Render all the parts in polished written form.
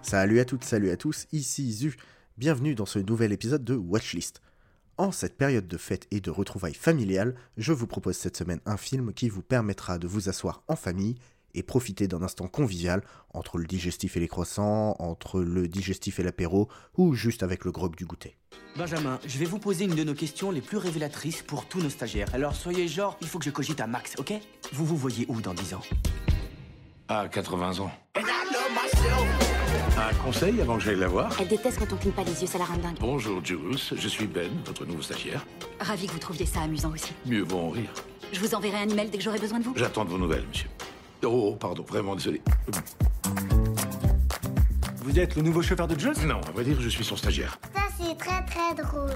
Salut à toutes, salut à tous, ici Zu. Bienvenue dans ce nouvel épisode de Watchlist. En cette période de fête et de retrouvailles familiales, je vous propose cette semaine un film qui vous permettra de vous asseoir en famille et profiter d'un instant convivial entre le digestif et les croissants, entre le digestif et l'apéro, ou juste avec le grog du goûter. Benjamin, je vais vous poser une de nos questions les plus révélatrices pour tous nos stagiaires. Alors soyez genre, il faut que je cogite à max, ok? Vous vous voyez où dans 10 ans? À 80 ans. Un conseil avant que j'aille la voir? Elle déteste quand on cligne pas les yeux, ça la rend dingue. Bonjour Jules, je suis Ben, votre nouveau stagiaire. Ravi que vous trouviez ça amusant aussi. Mieux vaut en rire. Je vous enverrai un email dès que j'aurai besoin de vous. J'attends de vos nouvelles, monsieur. Oh, pardon, vraiment désolé. Vous êtes le nouveau chauffeur de Jules? Non, à vrai dire, je suis son stagiaire. Ça, c'est très très drôle.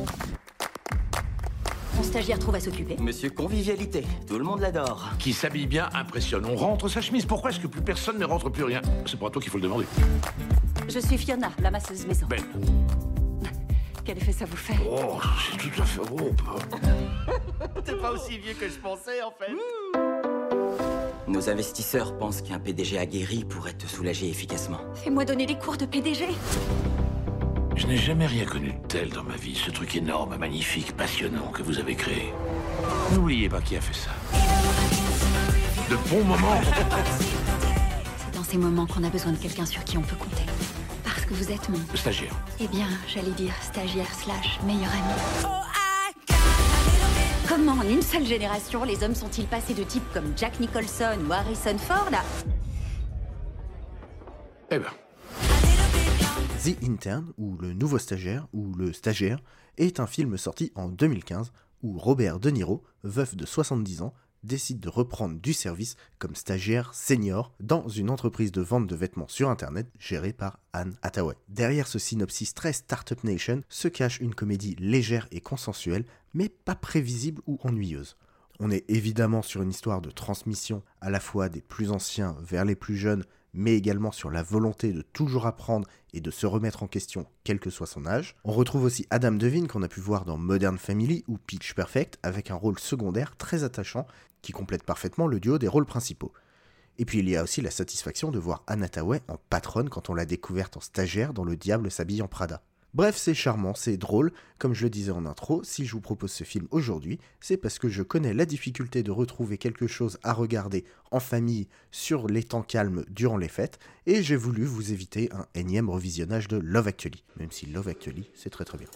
Mon stagiaire trouve à s'occuper. Monsieur Convivialité, tout le monde l'adore. Qui s'habille bien impressionne. On rentre sa chemise. Pourquoi est-ce que plus personne ne rentre plus rien? C'est pas à toi qu'il faut le demander. Je suis Fiona, la masseuse maison. Ben. Quel effet ça vous fait? Oh, c'est tout à fait beau. T'es pas aussi vieux que je pensais, en fait. Nos investisseurs pensent qu'un PDG aguerri pourrait te soulager efficacement. Fais-moi donner des cours de PDG. Je n'ai jamais rien connu de tel dans ma vie. Ce truc énorme, magnifique, passionnant que vous avez créé. N'oubliez pas qui a fait ça. De bons moments. C'est dans ces moments qu'on a besoin de quelqu'un sur qui on peut compter. Parce que vous êtes mon... Stagiaire. Eh bien, j'allais dire stagiaire / meilleur ami. Comment en une seule génération les hommes sont-ils passés de types comme Jack Nicholson ou Harrison Ford à... Eh ben. The Intern, ou Le Nouveau Stagiaire, ou Le Stagiaire, est un film sorti en 2015 où Robert De Niro, veuf de 70 ans, décide de reprendre du service comme stagiaire senior dans une entreprise de vente de vêtements sur internet gérée par Anne Hathaway. Derrière ce synopsis très Startup Nation se cache une comédie légère et consensuelle, mais pas prévisible ou ennuyeuse. On est évidemment sur une histoire de transmission à la fois des plus anciens vers les plus jeunes, mais également sur la volonté de toujours apprendre et de se remettre en question quel que soit son âge. On retrouve aussi Adam Devine qu'on a pu voir dans Modern Family ou Pitch Perfect avec un rôle secondaire très attachant qui complète parfaitement le duo des rôles principaux. Et puis il y a aussi la satisfaction de voir Anne Hathaway en patronne quand on l'a découverte en stagiaire dans Le Diable s'habille en Prada. Bref, c'est charmant, c'est drôle. Comme je le disais en intro, si je vous propose ce film aujourd'hui, c'est parce que je connais la difficulté de retrouver quelque chose à regarder en famille sur les temps calmes durant les fêtes, et j'ai voulu vous éviter un énième revisionnage de Love Actually, même si Love Actually, c'est très très bien.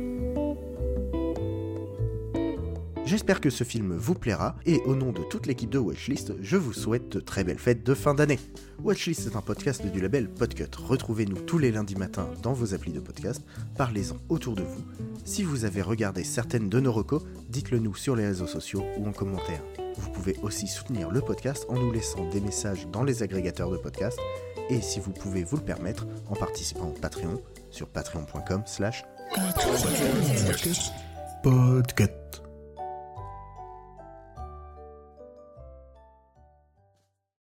J'espère que ce film vous plaira, et au nom de toute l'équipe de Watchlist, je vous souhaite de très belles fêtes de fin d'année. Watchlist est un podcast du label Podcut. Retrouvez-nous tous les lundis matins dans vos applis de podcast, parlez-en autour de vous. Si vous avez regardé certaines de nos recos, dites-le nous sur les réseaux sociaux ou en commentaire. Vous pouvez aussi soutenir le podcast en nous laissant des messages dans les agrégateurs de podcasts, et si vous pouvez vous le permettre, en participant au Patreon sur patreon.com/Podcut.